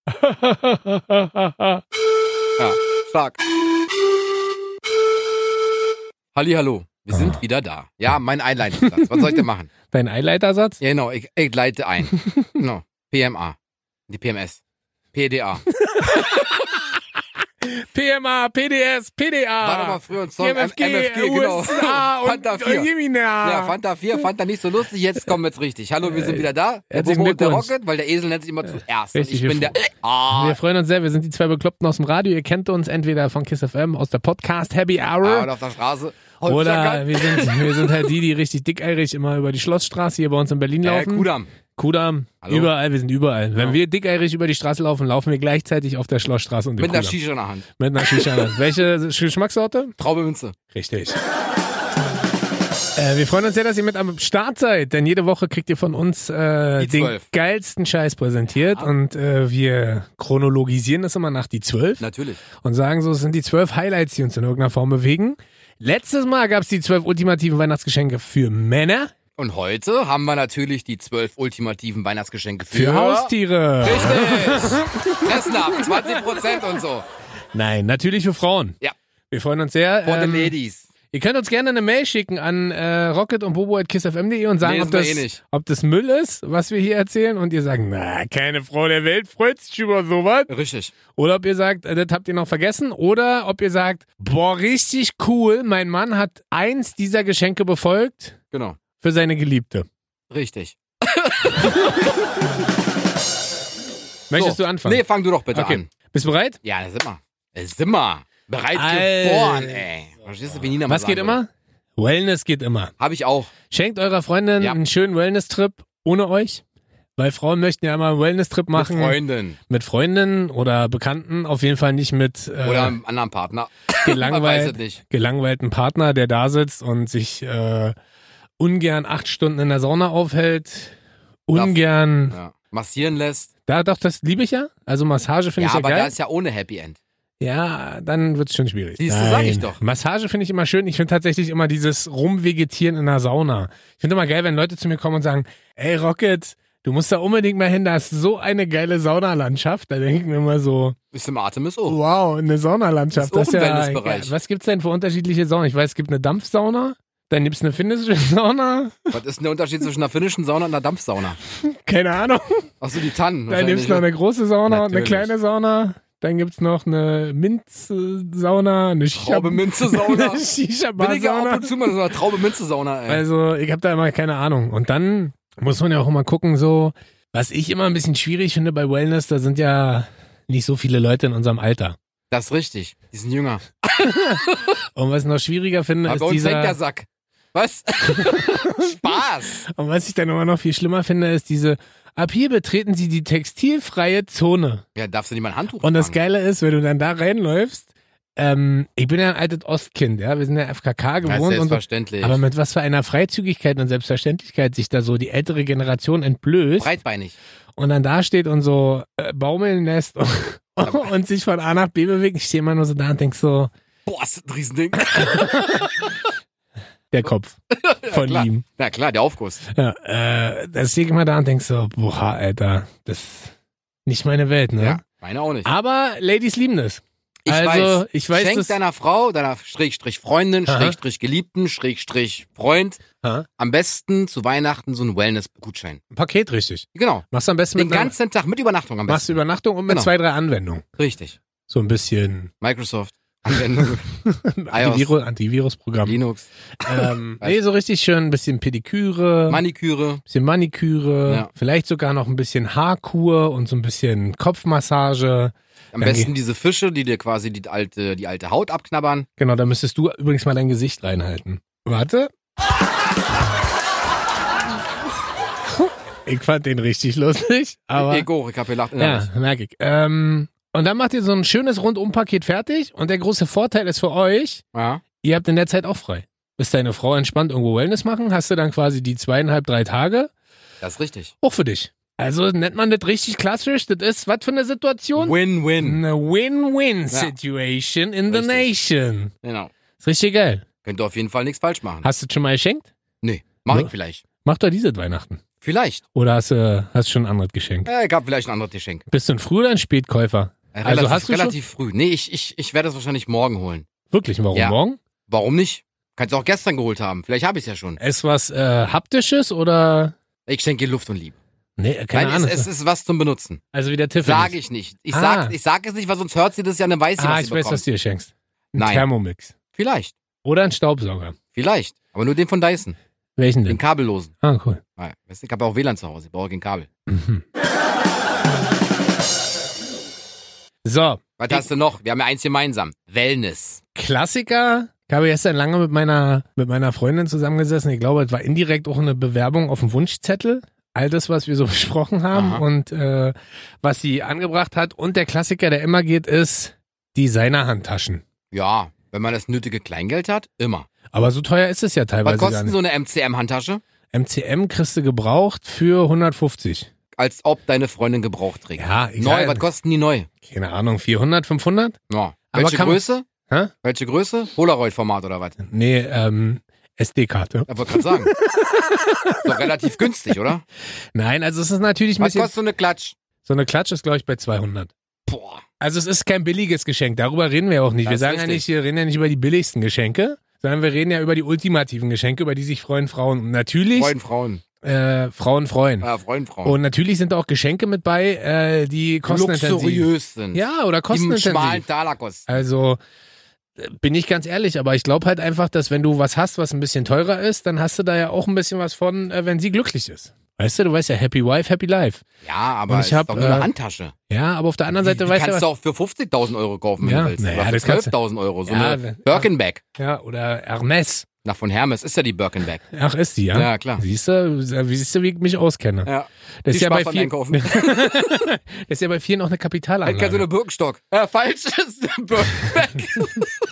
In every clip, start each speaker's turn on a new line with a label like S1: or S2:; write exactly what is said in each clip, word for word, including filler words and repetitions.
S1: Ja, stark. Hallihallo, wir sind
S2: Ah.
S1: wieder da. Ja, mein Einleitungssatz. Was soll ich denn machen?
S2: Dein Eileitersatz?
S1: Ja, genau, ich, ich leite ein. No. P M A. Die P M S. P D A.
S2: P M A, P D S, P D A.
S1: War doch mal früher ein Song.
S2: M F G,
S1: M F G, genau.
S2: U S A und
S1: Fanta vier.
S2: Jemina.
S1: Ja, Fanta vier, Fanta nicht so lustig, jetzt kommen wir jetzt richtig. Hallo, wir sind wieder da. Der
S2: Herzlichen
S1: Bobo und der
S2: Glückwunsch.
S1: Rocket, weil der Esel nennt sich immer zuerst. Und
S2: Richtig,
S1: ich bin
S2: wir
S1: der... Ah,
S2: Wir freuen uns sehr, wir sind die zwei Bekloppten aus dem Radio. Ihr kennt uns entweder von KISS F M aus der Podcast Happy
S1: ah,
S2: Hour
S1: und auf der Straße.
S2: oder wir sind, wir sind halt die, die richtig dickeirig immer über die Schlossstraße hier bei uns in Berlin
S1: Äh,
S2: laufen.
S1: Kudam.
S2: Kudamm,
S1: Hallo?
S2: überall, wir sind überall. Wenn
S1: Ja.
S2: wir dickeirig über die Straße laufen, laufen wir gleichzeitig auf der Schlossstraße und dem
S1: Mit einer
S2: Kudamm.
S1: Shisha in der Hand.
S2: Mit einer Shisha. Welche Geschmackssorte?
S1: Traube Münze.
S2: Richtig. Äh, wir freuen uns sehr, dass ihr mit am Start seid, denn jede Woche kriegt ihr von uns äh,
S1: Die
S2: den
S1: zwölf.
S2: geilsten Scheiß präsentiert
S1: Ja.
S2: und äh, wir chronologisieren das immer nach die zwölf
S1: Natürlich.
S2: und sagen so, es sind die zwölf Highlights, die uns in irgendeiner Form bewegen. Letztes Mal gab es die zwölf ultimativen Weihnachtsgeschenke für Männer,
S1: Und heute haben wir natürlich die zwölf ultimativen Weihnachtsgeschenke für...
S2: für Haustiere.
S1: Richtig. Fressen ab, zwanzig Prozent und so.
S2: Nein, natürlich für Frauen.
S1: Ja.
S2: Wir freuen uns sehr.
S1: For the
S2: Ähm,
S1: ladies.
S2: Ihr könnt uns gerne eine Mail schicken an äh, rocket und bobo at kiss f m punkt de und sagen,
S1: Lesen
S2: ob
S1: wir
S2: das,
S1: eh nicht.
S2: ob das Müll ist, was wir hier erzählen. Und ihr sagt, na, keine Frau der Welt freut sich über sowas.
S1: Richtig.
S2: Oder ob ihr sagt, äh, das habt ihr noch vergessen. Oder ob ihr sagt, boah, richtig cool, mein Mann hat eins dieser Geschenke befolgt
S1: Genau.
S2: für seine Geliebte.
S1: Richtig.
S2: Möchtest
S1: so.
S2: du anfangen?
S1: Nee, fang du doch bitte
S2: Okay.
S1: an.
S2: Bist du bereit?
S1: Ja, da sind wir. Da sind wir. Bereit
S2: Alter.
S1: geboren, ey. Verstehst du, wie Nina mal
S2: Was geht
S1: sagen würde?
S2: immer? Wellness geht immer.
S1: Hab ich auch.
S2: Schenkt eurer Freundin
S1: Ja.
S2: einen schönen Wellness-Trip ohne euch. Weil Frauen möchten ja immer einen Wellness-Trip machen.
S1: Mit Freundin.
S2: Mit Freundinnen oder Bekannten, auf jeden Fall nicht mit äh,
S1: Oder einem anderen Partner. Man weiß es
S2: gelangweilt,
S1: nicht.
S2: gelangweilten Partner, der da sitzt und sich äh, ungern acht Stunden in der Sauna aufhält. Ungern.
S1: Ja. Massieren lässt.
S2: Da doch, das liebe ich ja. Also Massage finde
S1: Ja,
S2: ich ja
S1: aber
S2: geil.
S1: da ist ja ohne Happy End.
S2: Ja, dann wird's schon schwierig.
S1: Siehst du,
S2: Nein.
S1: sag ich doch.
S2: Massage finde ich immer schön. Ich finde tatsächlich immer dieses Rumvegetieren in der Sauna. Ich finde immer geil, wenn Leute zu mir kommen und sagen, ey Rocket, du musst da unbedingt mal hin, da ist so eine geile Saunalandschaft. Da denken wir immer so,
S1: Ist im Artemis auch.
S2: wow, eine Saunalandschaft.
S1: Das ist auch
S2: ja,
S1: ein Wellnessbereich.
S2: ja, was gibt's denn für unterschiedliche Saunen? Ich weiß, es gibt eine Dampfsauna, dann gibt's eine finnische Sauna,
S1: Was ist denn der Unterschied zwischen einer finnischen Sauna und einer Dampfsauna?
S2: keine Ahnung.
S1: Achso, die Tannen.
S2: Dann gibt's
S1: wahrscheinlich,
S2: noch
S1: ne?
S2: eine große Sauna und eine
S1: Natürlich.
S2: kleine Sauna. Dann gibt's noch eine Minzsauna, eine Shisha-
S1: Traube-Minze-Sauna.
S2: eine
S1: Bin ich ja ab
S2: Shisha-Bar-Sauna.
S1: und zu mal in so einer Traube-Minze-Sauna, ey.
S2: Also, ich habe da immer keine Ahnung. Und dann muss man ja auch immer gucken, so, was ich immer ein bisschen schwierig finde bei Wellness, da sind ja nicht so viele Leute in unserem Alter.
S1: Das ist richtig. Die sind jünger.
S2: Und was ich noch schwieriger finde,
S1: Aber
S2: ist
S1: bei uns hängt der
S2: dieser,
S1: Sack. Was? Spaß.
S2: und was ich dann immer noch viel schlimmer finde, ist diese, ab hier betreten Sie die textilfreie Zone.
S1: Ja, darfst du nicht mal ein Handtuch
S2: Und das
S1: tragen?
S2: Geile ist, wenn du dann da reinläufst, ähm, ich bin ja ein altes Ostkind, ja, wir sind ja F K K
S1: Das ist
S2: gewohnt und so.
S1: selbstverständlich.
S2: Aber mit was für einer Freizügigkeit und Selbstverständlichkeit sich da so die ältere Generation entblößt
S1: Breitbeinig.
S2: und dann da steht und so äh, baumeln lässt und, und sich von A nach B bewegt. Ich stehe immer nur so da und denk so,
S1: Boah, ist das ein Riesending.
S2: der Kopf von
S1: klar.
S2: ihm.
S1: Na klar, der Aufguss.
S2: Ja, äh, da stehe ich immer da und denk so, boah, Alter, das ist nicht meine Welt, ne?
S1: Ja, meine auch nicht.
S2: Aber Ladies lieben das.
S1: Ich
S2: also,
S1: weiß.
S2: ich weiß,
S1: Schenk
S2: dass,
S1: deiner Frau, deiner Schrägstrich Freundin,
S2: Aha.
S1: Schrägstrich Geliebten, Schrägstrich Freund
S2: Ha?
S1: am besten zu Weihnachten so einen Wellness-Gutschein.
S2: ein Paket richtig.
S1: Genau.
S2: Machst du am besten
S1: Den
S2: mit einer,
S1: ganzen Tag mit Übernachtung am
S2: machst du
S1: besten.
S2: Übernachtung und mit
S1: Genau.
S2: zwei, drei Anwendungen.
S1: Richtig.
S2: So ein bisschen
S1: Microsoft, Anwendung,
S2: Antivirus, Antivirusprogramm.
S1: Linux,
S2: Ähm, nee, so richtig schön ein bisschen Pediküre,
S1: Maniküre.
S2: bisschen Maniküre,
S1: Ja.
S2: vielleicht sogar noch ein bisschen Haarkur und so ein bisschen Kopfmassage.
S1: Am
S2: Dann
S1: besten diese Fische, die dir quasi die alte, die alte Haut abknabbern.
S2: Genau, da müsstest du übrigens mal dein Gesicht reinhalten. Warte. Ich fand den richtig lustig, aber
S1: Ego, ich hab gelacht.
S2: ja,
S1: innerlich.
S2: merke ich. Ähm, und dann macht ihr so ein schönes Rundum-Paket fertig und der große Vorteil ist für euch,
S1: Ja.
S2: ihr habt in der Zeit auch frei. Ist deine Frau entspannt irgendwo Wellness machen, hast du dann quasi die zweieinhalb, drei Tage
S1: Das ist richtig.
S2: auch für dich. Also nennt man das richtig klassisch. Das ist, was für eine Situation?
S1: Win-win.
S2: Eine Win-Win-Situation in the
S1: Richtig.
S2: nation.
S1: Genau.
S2: Ist richtig geil.
S1: Könnt ihr auf jeden Fall nichts falsch machen.
S2: Hast du das schon mal geschenkt?
S1: Nee, mach
S2: Ja.
S1: ich vielleicht.
S2: Mach doch dieses Weihnachten.
S1: Vielleicht.
S2: Oder hast du hast schon ein anderes Geschenk?
S1: Äh, gab vielleicht ein anderes Geschenk.
S2: Bist du ein Früh- oder ein Spätkäufer?
S1: Äh,
S2: Also
S1: relativ,
S2: hast du schon-
S1: relativ früh. Nee, ich, ich, ich werde es wahrscheinlich morgen holen.
S2: Wirklich? Warum
S1: Ja.
S2: morgen?
S1: Warum nicht? Kannst du auch gestern geholt haben. Vielleicht habe ich es ja schon.
S2: Ist was äh, Haptisches oder?
S1: Ich schenke dir Luft und Liebe.
S2: Nee, keine
S1: Nein,
S2: Ahnung.
S1: es, es ist was zum Benutzen.
S2: Also wie der Tiffany.
S1: Sage ich nicht. Ich,
S2: Ah.
S1: sag, ich sag es nicht, weil sonst hört sie das ja, dann weiß sie,
S2: Ah,
S1: was
S2: ich
S1: sie
S2: weiß,
S1: bekommt.
S2: was du dir schenkst. Ein
S1: Nein.
S2: Thermomix.
S1: Vielleicht.
S2: Oder ein Staubsauger.
S1: Vielleicht. Aber nur den von Dyson.
S2: Welchen
S1: Den
S2: denn?
S1: kabellosen.
S2: Ah, cool.
S1: Ja, weißt du, ich habe ja auch W L A N zu Hause. Ich brauche kein Kabel.
S2: Mhm. So,
S1: Was hast du noch? Wir haben ja eins gemeinsam. Wellness.
S2: Klassiker. Ich habe gestern lange mit meiner, mit meiner Freundin zusammengesessen. Ich glaube, es war indirekt auch eine Bewerbung auf dem Wunschzettel. All das, was wir so besprochen haben
S1: Aha.
S2: und äh, was sie angebracht hat. Und der Klassiker, der immer geht, ist Designer-Handtaschen.
S1: Ja, wenn man das nötige Kleingeld hat, immer.
S2: Aber so teuer ist es ja
S1: Was
S2: teilweise gar
S1: kostet
S2: nicht.
S1: so eine M C M-Handtasche?
S2: M C M kriegst du gebraucht für hundertfünfzig.
S1: Als ob deine Freundin gebraucht trägt.
S2: Ja,
S1: Neu,
S2: egal.
S1: was kosten die neu?
S2: Keine Ahnung, vierhundert, fünfhundert?
S1: Ja.
S2: Aber
S1: Welche
S2: kann man-
S1: Größe?
S2: Hä?
S1: Welche Größe? Polaroid-Format oder was?
S2: Nee, ähm, S D-Karte.
S1: Ich wollte gerade sagen. Ist doch relativ günstig, oder?
S2: Nein, also es ist natürlich ein
S1: Was
S2: bisschen...
S1: kostet so eine Klatsch?
S2: So eine Klatsch ist, glaube ich, bei zweihundert.
S1: Boah.
S2: Also es ist kein billiges Geschenk, darüber reden wir auch nicht.
S1: Das
S2: Wir
S1: ist
S2: sagen ja
S1: richtig.
S2: nicht, wir reden ja nicht über die billigsten Geschenke, sondern wir reden ja über die ultimativen Geschenke, über die sich freuen Frauen. Und natürlich,
S1: Freuen Frauen.
S2: äh, Frauen freuen.
S1: Ja, freuen Frauen.
S2: Und natürlich sind da auch Geschenke mit bei, äh, die kostenintensiv.
S1: luxuriös sind.
S2: Ja, oder
S1: Die einen schmalen
S2: kostenintensiv.
S1: Taler kosten.
S2: Also äh, bin ich ganz ehrlich, aber ich glaube halt einfach, dass wenn du was hast, was ein bisschen teurer ist, dann hast du da ja auch ein bisschen was von, äh, wenn sie glücklich ist. Weißt du, du weißt ja, Happy Wife, Happy Life.
S1: Ja, aber
S2: Und
S1: es
S2: ich
S1: ist
S2: hab,
S1: doch nur
S2: äh,
S1: eine Handtasche.
S2: Ja, aber auf der anderen
S1: Die,
S2: Seite
S1: die
S2: weißt du,
S1: kannst du auch für fünfzigtausend Euro kaufen, wenn
S2: Ja,
S1: du willst.
S2: naja,
S1: Oder für
S2: das kannst du-
S1: zwölftausend Euro. So
S2: Ja,
S1: eine
S2: ne-
S1: Birkenbag.
S2: ja, oder Hermes.
S1: Nach von Hermes ist ja die Birkenbag.
S2: Ach, ist die, ja?
S1: Ja, klar.
S2: Siehst du, wie siehst du, wie ich mich auskenne?
S1: Ja.
S2: Das ist
S1: Viel
S2: ja bei
S1: Spaß beim
S2: vielen,
S1: Einkaufen.
S2: das ist ja bei vielen auch eine
S1: Ich kenne so
S2: Kapitalanlage.
S1: eine Birkenstock. Ja, falsch. Das ist eine Birkenbag.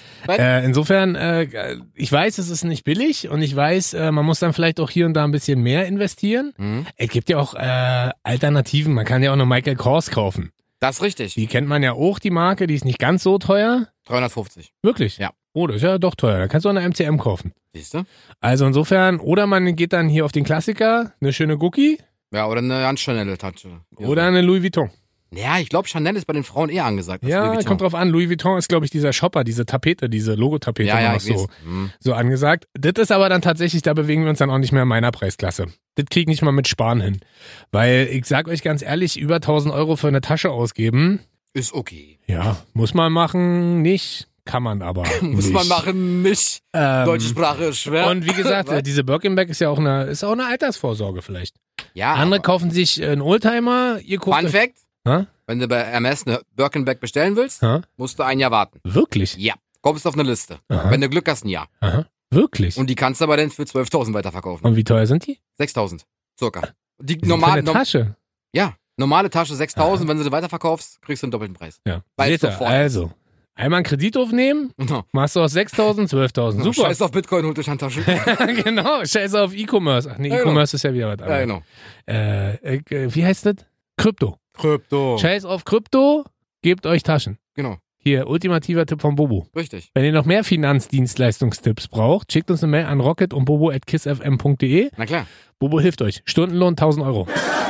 S2: Äh, insofern, äh, ich weiß, es ist nicht billig und ich weiß, äh, man muss dann vielleicht auch hier und da ein bisschen mehr investieren.
S1: Mhm.
S2: Es gibt ja auch äh, Alternativen. Man kann ja auch eine Michael Kors kaufen.
S1: Das ist richtig.
S2: Die kennt man ja auch, die Marke. Die ist nicht ganz so teuer.
S1: dreihundertfünfzig.
S2: Wirklich?
S1: Ja.
S2: Oh, das ist ja doch teuer. Da kannst du auch eine M C M kaufen.
S1: Siehst du?
S2: Also insofern, oder man geht dann hier auf den Klassiker, eine schöne Gucci
S1: Ja, oder eine ganz schnelle Tasche.
S2: oder eine Louis Vuitton.
S1: Ja, ich glaube, Chanel ist bei den Frauen eher angesagt. als
S2: Ja,
S1: Louis Vuitton.
S2: kommt drauf an. Louis Vuitton ist, glaube ich, dieser Shopper, diese Tapete, diese Logotapete
S1: Ja, ja,
S2: noch
S1: ich
S2: so,
S1: weiß. Hm.
S2: so angesagt. Das ist aber dann tatsächlich, da bewegen wir uns dann auch nicht mehr in meiner Preisklasse. Das krieg ich nicht mal mit Sparen hin. Weil ich sag euch ganz ehrlich, über tausend Euro für eine Tasche ausgeben,
S1: Ist okay.
S2: ja, muss man machen, nicht, kann man aber.
S1: Muss
S2: nicht.
S1: man machen, nicht.
S2: Ähm,
S1: Deutsche Sprache ist schwer.
S2: Und wie gesagt,
S1: Was?
S2: diese Birkenbag ist ja auch eine, ist auch eine Altersvorsorge vielleicht.
S1: ja,
S2: Andere
S1: aber-
S2: kaufen sich einen Oldtimer, ihr kauft
S1: Fun
S2: euch-
S1: Fact,
S2: Hä?
S1: wenn du bei Hermes eine Birkenbag bestellen willst,
S2: Hä?
S1: musst du ein Jahr warten.
S2: Wirklich?
S1: Ja, kommst auf eine Liste.
S2: Aha.
S1: Wenn du Glück hast, ein Jahr.
S2: Aha. Wirklich? Und,
S1: Und die kannst du aber dann für zwölftausend weiterverkaufen.
S2: wie teuer sind die?
S1: sechstausend, circa. Die
S2: Die sind
S1: normale,
S2: für eine
S1: nom
S2: Tasche.
S1: ja, normale Tasche sechstausend, wenn du sie weiterverkaufst, kriegst du einen doppelten Preis.
S2: Ja.
S1: Weil
S2: Seht ihr,
S1: sofort.
S2: also, einmal einen Kredit aufnehmen,
S1: No.
S2: machst du aus sechstausend, zwölftausend. Super.
S1: Scheiß auf Bitcoin, holt euch Handtasche.
S2: genau, scheiße auf E-Commerce. Ach nee,
S1: Ja, genau.
S2: E-Commerce ist ja wieder was
S1: ja,
S2: anderes.
S1: genau.
S2: äh, äh, wie heißt das? Krypto.
S1: Krypto.
S2: Scheiß auf Krypto, gebt euch Taschen.
S1: Genau,
S2: Hier, ultimativer Tipp von Bobo.
S1: richtig.
S2: Wenn ihr noch mehr Finanzdienstleistungstipps braucht, schickt uns eine Mail an rocket und bobo at kissfm punkt de.
S1: Na klar.
S2: Bobo hilft euch. Stundenlohn tausend Euro.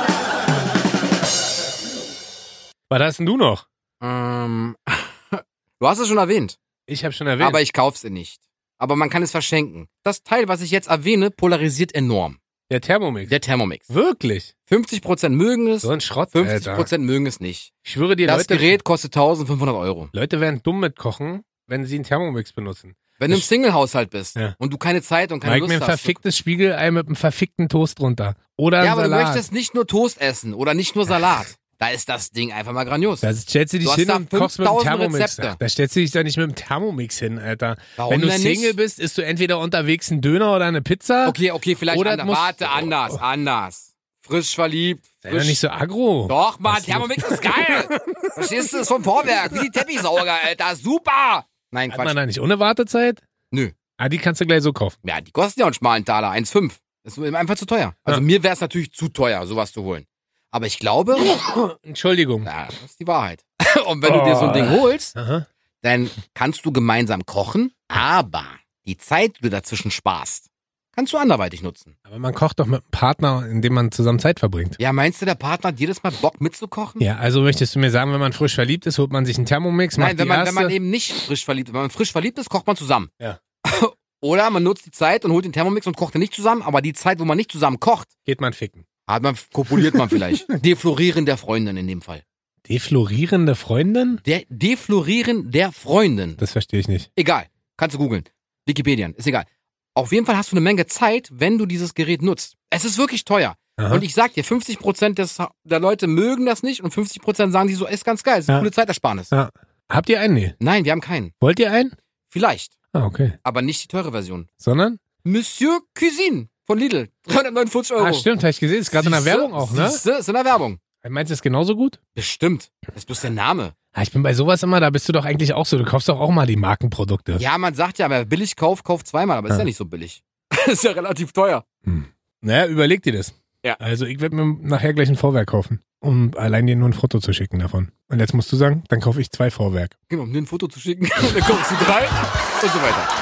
S2: Was hast denn du noch?
S1: Ähm, du hast es schon erwähnt,
S2: Ich habe schon erwähnt.
S1: aber ich kauf's dir nicht. Aber man kann es verschenken. Das Teil, was ich jetzt erwähne, polarisiert enorm.
S2: der Thermomix.
S1: Der Thermomix.
S2: Wirklich?
S1: fünfzig Prozent mögen es,
S2: So ein Schrott,
S1: fünfzig
S2: Alter.
S1: Prozent mögen es nicht.
S2: Ich schwöre dir,
S1: Das
S2: Leute,
S1: Gerät kostet eintausendfünfhundert Euro.
S2: Leute werden dumm mit Kochen, wenn sie einen Thermomix benutzen.
S1: Wenn du im Single-Haushalt bist
S2: Ja.
S1: und du keine Zeit und keine
S2: Mike mir
S1: Lust
S2: ein
S1: hast.
S2: verficktes Spiegelei mit einem verfickten Toast drunter. Oder
S1: Ja,
S2: ein
S1: aber
S2: Salat.
S1: du möchtest nicht nur Toast essen oder nicht nur Salat. Da ist das Ding einfach mal grandios.
S2: Da stellst du dich
S1: Du hast
S2: hin
S1: da
S2: und kochst mit dem
S1: fünftausend
S2: Thermomix.
S1: Rezepte.
S2: Ach, da stellst du dich da nicht mit dem Thermomix hin, Alter.
S1: Warum
S2: Wenn du
S1: denn
S2: Single
S1: nicht?
S2: bist, isst du entweder unterwegs einen Döner oder eine Pizza.
S1: Okay, okay, vielleicht
S2: Oder
S1: anders.
S2: muss-
S1: Warte, anders, anders. Frisch verliebt.
S2: Sei doch
S1: Frisch.
S2: nicht so aggro.
S1: Doch, Mann,
S2: Was
S1: Thermomix ist geil. Verstehst du, das ist vom Vorwerk. Wie die Teppichsauger, Alter. Super. Nein,
S2: Hat man
S1: Quatsch.
S2: da nicht ohne Wartezeit?
S1: Nö.
S2: Ah, die kannst du gleich so kaufen.
S1: Ja, die kosten ja einen schmalen Taler, eins Komma fünf. Das ist einfach zu teuer. Also
S2: Ja.
S1: mir wäre es natürlich zu teuer, sowas zu holen. Aber ich glaube,
S2: Entschuldigung.
S1: na, das ist die Wahrheit. Und wenn du dir so ein Ding holst,
S2: Aha.
S1: dann kannst du gemeinsam kochen, aber die Zeit, die du dazwischen sparst, kannst du anderweitig nutzen.
S2: Aber man kocht doch mit einem Partner, in dem man zusammen Zeit verbringt.
S1: Ja, meinst du, der Partner hat jedes Mal Bock mitzukochen?
S2: Ja, also möchtest du mir sagen, wenn man frisch verliebt ist, holt man sich einen Thermomix, macht
S1: Nein, wenn
S2: die
S1: man,
S2: erste...
S1: wenn man eben nicht frisch verliebt ist. Wenn man frisch verliebt ist, kocht man zusammen.
S2: Ja.
S1: Oder man nutzt die Zeit und holt den Thermomix und kocht den nicht zusammen, aber die Zeit, wo man nicht zusammen kocht,
S2: Geht man ficken.
S1: hat man, kopuliert man vielleicht. Deflorieren der Freundin in dem Fall.
S2: Deflorierende Freundin?
S1: Der Deflorieren der Freundin.
S2: Das verstehe ich nicht.
S1: Egal. Kannst du googeln. Wikipedia. Ist egal. Auf jeden Fall hast du eine Menge Zeit, wenn du dieses Gerät nutzt. Es ist wirklich teuer.
S2: Aha.
S1: Und ich sag dir, fünfzig Prozent des, der Leute mögen das nicht und fünfzig Prozent sagen die so, ist ganz geil, ist eine
S2: Ja.
S1: coole Zeitersparnis.
S2: Ja. Habt ihr einen? Nee.
S1: Nein, wir haben keinen.
S2: Wollt ihr einen?
S1: Vielleicht.
S2: Ah, okay.
S1: Aber nicht die teure Version.
S2: Sondern?
S1: Monsieur Cuisine von Lidl. dreihundertneunundvierzig Euro.
S2: Ah, stimmt, habe ich gesehen. Ist gerade in der
S1: Siehste?
S2: Werbung auch, ne?
S1: Siehste? Ist in der Werbung.
S2: Meinst du das genauso gut?
S1: Bestimmt. Das ist bloß der Name.
S2: Ah, ich bin bei sowas immer, da bist du doch eigentlich auch so. Du kaufst doch auch mal die Markenprodukte.
S1: Ja, man sagt ja, wer billig kauft, kauft zweimal, aber ist
S2: Ja.
S1: ja nicht so billig. Ist ja relativ teuer.
S2: Hm. Naja, überleg dir das.
S1: Ja.
S2: Also ich werde mir nachher gleich ein Vorwerk kaufen, um allein dir nur ein Foto zu schicken davon. Und jetzt musst du sagen, dann kaufe ich zwei Vorwerk.
S1: Genau, um dir ein Foto zu schicken. Und dann kaufst du drei und so weiter.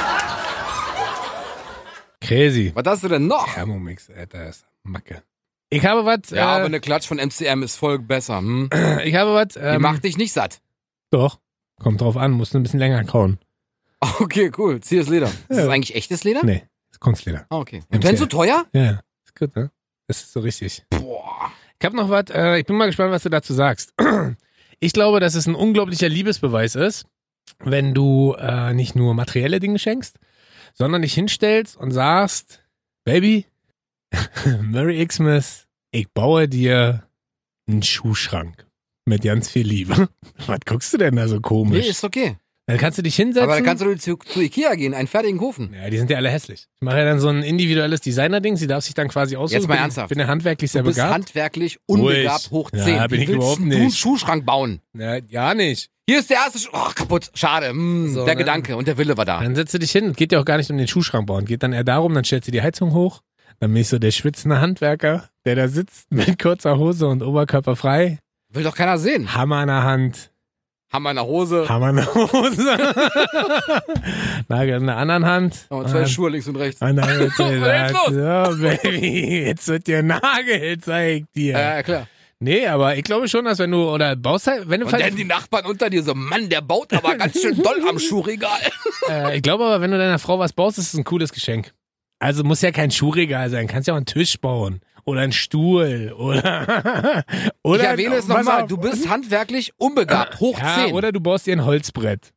S2: Crazy.
S1: Was hast du denn noch?
S2: Thermomix, Alter, das ist Macke. Ich habe was,
S1: Ja, aber
S2: äh,
S1: eine Klatsch von M C M ist voll besser. Hm?
S2: ich habe was,
S1: Die
S2: ähm,
S1: macht dich nicht satt.
S2: doch, kommt drauf an, musst du ein bisschen länger kauen.
S1: Okay, cool. Zieh das Leder. Ist das
S2: Ja.
S1: eigentlich echtes Leder?
S2: Nee, ist Kunstleder.
S1: Ah, okay.
S2: M
S1: Und
S2: C M.
S1: wenn so teuer?
S2: Ja, ja, ist gut, ne? Das ist so richtig.
S1: Boah.
S2: Ich habe noch was, äh, ich bin mal gespannt, was du dazu sagst. Ich glaube, dass es ein unglaublicher Liebesbeweis ist, wenn du äh, nicht nur materielle Dinge schenkst, sondern dich hinstellst und sagst, Baby, Merry Xmas, ich baue dir einen Schuhschrank mit ganz viel Liebe. Was guckst du denn da so komisch?
S1: Nee, ist okay.
S2: Dann kannst du dich hinsetzen.
S1: Aber dann kannst du zu, zu Ikea gehen, einen fertigen Kufen.
S2: ja, die sind ja alle hässlich. Ich mache ja dann so ein individuelles Designer-Ding. Sie darf sich dann quasi aussuchen.
S1: Jetzt mal
S2: bin,
S1: ernsthaft.
S2: bin ja handwerklich sehr
S1: Du bist
S2: begabt.
S1: handwerklich unbegabt hoch
S2: Ja,
S1: zehn.
S2: bin
S1: Wie
S2: ich
S1: willst
S2: überhaupt
S1: du einen
S2: nicht.
S1: Schuhschrank bauen?
S2: Ja, ja nicht.
S1: Hier ist der erste Schuh. Oh, kaputt. Schade. Hm,
S2: So,
S1: der
S2: dann-
S1: Gedanke und der Wille war da.
S2: Dann setzt du dich hin. Geht ja auch gar nicht um den Schuhschrank bauen. Geht dann eher darum, dann stellst du die Heizung hoch. Dann bin ich so der schwitzende Handwerker, der da sitzt mit kurzer Hose und Oberkörper frei.
S1: Will doch keiner sehen.
S2: Hammer in der Hand.
S1: Hammer in der Hose.
S2: Hammer in der Hose. Nagel in der anderen Hand.
S1: Oh, zwei
S2: Und-
S1: Schuhe links und rechts.
S2: Und dann wird
S1: Was ist
S2: gesagt,
S1: los?
S2: so, Baby, jetzt wird dir Nagel, zeig dir.
S1: Ja, ja, klar.
S2: Nee, aber ich glaube schon, dass wenn du, oder baust halt, wenn du,
S1: Und dann die Nachbarn unter dir so, Mann, der baut aber ganz schön doll am Schuhregal.
S2: äh, ich glaube aber, wenn du deiner Frau was baust, ist es ein cooles Geschenk. Also muss ja kein Schuhregal sein, kannst ja auch einen Tisch bauen. Oder einen Stuhl. Oder, oder
S1: Ich erwähne es
S2: pass
S1: nochmal,
S2: auf.
S1: du bist handwerklich unbegabt, hoch
S2: Ja,
S1: zehn.
S2: oder du baust dir ein Holzbrett.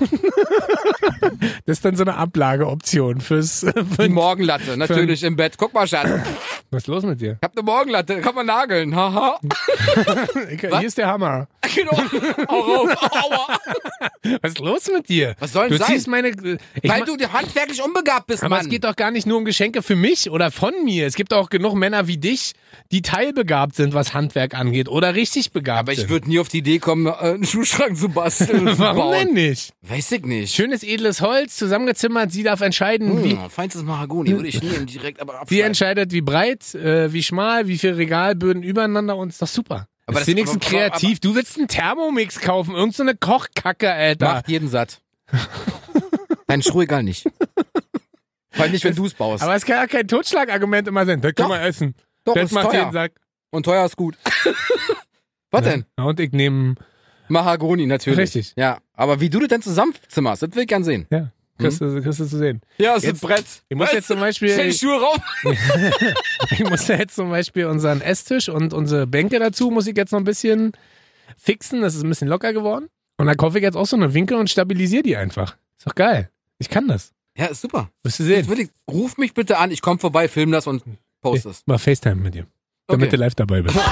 S2: Das ist dann so eine Ablageoption fürs,
S1: Die
S2: für,
S1: Morgenlatte, natürlich im Bett. Guck mal, Schatz.
S2: was ist los mit dir?
S1: Ich hab eine Morgenlatte, kann man nageln. Haha.
S2: Ich, hier ist der Hammer.
S1: Genau. Hau rauf. Aua.
S2: Was ist los mit dir?
S1: Was soll
S2: Du
S1: denn sein?
S2: ziehst meine, ich
S1: Weil
S2: ma-
S1: du handwerklich unbegabt bist,
S2: aber
S1: Mann.
S2: es geht doch gar nicht nur um Geschenke für mich oder von mir. Es gibt auch genug Männer wie dich, die teilbegabt sind, was Handwerk angeht oder richtig begabt
S1: aber ich
S2: sind.
S1: würde nie auf die Idee kommen, äh, einen Schuhschrank zu basteln. und zu
S2: Warum
S1: bauen.
S2: denn nicht?
S1: Weiß ich nicht.
S2: Schönes edles Holz, zusammengezimmert, sie darf entscheiden, wie,
S1: Hm, feinstes Mahagoni würde ich nehmen, direkt aber
S2: sie
S1: abschneiden.
S2: entscheidet, wie breit, äh, wie schmal, wie viele Regalböden übereinander und ist doch super.
S1: Aber
S2: das ist
S1: das-
S2: wenigstens
S1: aber- aber-
S2: kreativ. Du willst einen Thermomix kaufen, irgend so eine Kochkacke, Alter.
S1: Macht jeden satt. Dein Schuhregal nicht. Vor allem nicht, wenn du es baust.
S2: Aber es kann ja kein Totschlagargument immer sein. Das können
S1: Doch.
S2: wir essen.
S1: Doch,
S2: das
S1: ist
S2: macht
S1: teuer.
S2: jeden Sack.
S1: Und teuer ist gut. Was denn?
S2: Ja, und ich nehme,
S1: Mahagoni, natürlich.
S2: Richtig.
S1: Ja, aber wie du das denn zusammenzimmerst, das will ich gern sehen.
S2: ja, kriegst, du, kriegst du zu sehen.
S1: Ja, ist
S2: Jetzt-
S1: ein Brett.
S2: Ich muss
S1: Was?
S2: jetzt zum Beispiel,
S1: Stell die
S2: ich,
S1: Schuhe rauf.
S2: ich muss jetzt zum Beispiel unseren Esstisch und unsere Bänke dazu muss ich jetzt noch ein bisschen fixen. Das ist ein bisschen locker geworden. Und dann kaufe ich jetzt auch so eine Winkel und stabilisiere die einfach. Ist doch geil. Ich kann das.
S1: Ja, ist super.
S2: Wirst du
S1: Jetzt
S2: sehen.
S1: will ich, ruf mich bitte an, ich komme vorbei, film das und post es.
S2: Ich mach FaceTime mit dir. Damit
S1: Okay.
S2: du live dabei bist.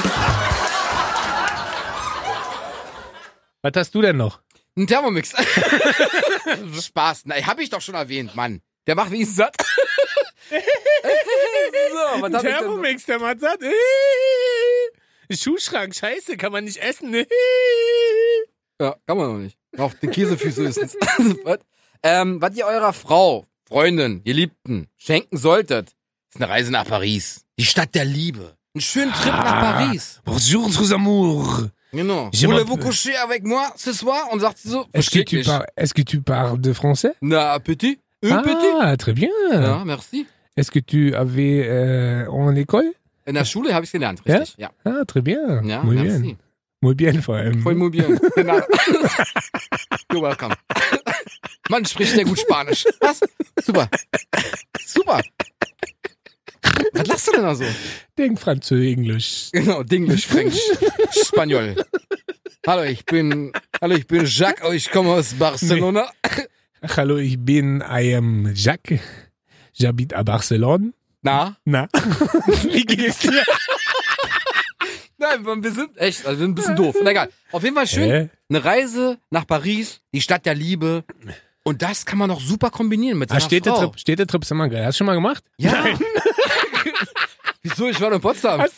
S2: Was hast du denn noch?
S1: Ein Thermomix. Spaß. Na, hab ich doch schon erwähnt, Mann. Der macht wie ein satt. so, was hab ich denn?
S2: Thermomix, der Mann sagt. Schuhschrank, scheiße, kann man nicht essen.
S1: Ja, kann man noch nicht. Auch die Käsefüße höchstens. was? Ähm, was ihr eurer Frau, Freundin, Geliebten schenken solltet, ist eine Reise nach Paris. Die Stadt der Liebe. Einen schönen Trip nach Paris.
S2: Bonjour, tous amours.
S1: Genau.
S2: Je
S1: Voulez-vous
S2: m'appelle-
S1: coucher avec moi ce soir? Und sagt sie so,
S2: Est-ce que,
S1: versteht
S2: tu
S1: nicht.
S2: par- est-ce que tu parles de français?
S1: Na, petit? Un petit?
S2: Ah, très bien.
S1: Ja, merci.
S2: Est-ce que tu avais euh, en l'école?
S1: In der Schule habe ich gelernt, richtig. Ja.
S2: Ah, très bien.
S1: Ja,
S2: Muy
S1: merci.
S2: bien. Muy bien vor allem.
S1: Voll muy bien. Genau. You're welcome. Mann spricht sehr gut Spanisch. Was? Super. Super. Was lachst du denn da so?
S2: Denk Französisch.
S1: Genau, Dinglish, French, Spaniol. Hallo, ich bin, hallo, ich bin Jacques, ich komme aus Barcelona.
S2: Hallo, ich bin I am Jacques. J'habite à Barcelone.
S1: Na?
S2: Na? Wie geht's dir?
S1: Nein, wir sind echt, also wir sind ein bisschen doof. Na egal. Auf jeden Fall schön.
S2: Hä?
S1: Eine Reise nach Paris, die Stadt der Liebe. Und das kann man noch super kombinieren mit
S2: Ah,
S1: seiner Frau.
S2: Städtetrip, Städtetrip ist immer geil. Hast du schon mal gemacht?
S1: Ja.
S2: Nein.
S1: Wieso? Ich war doch in Potsdam.
S2: Hast du,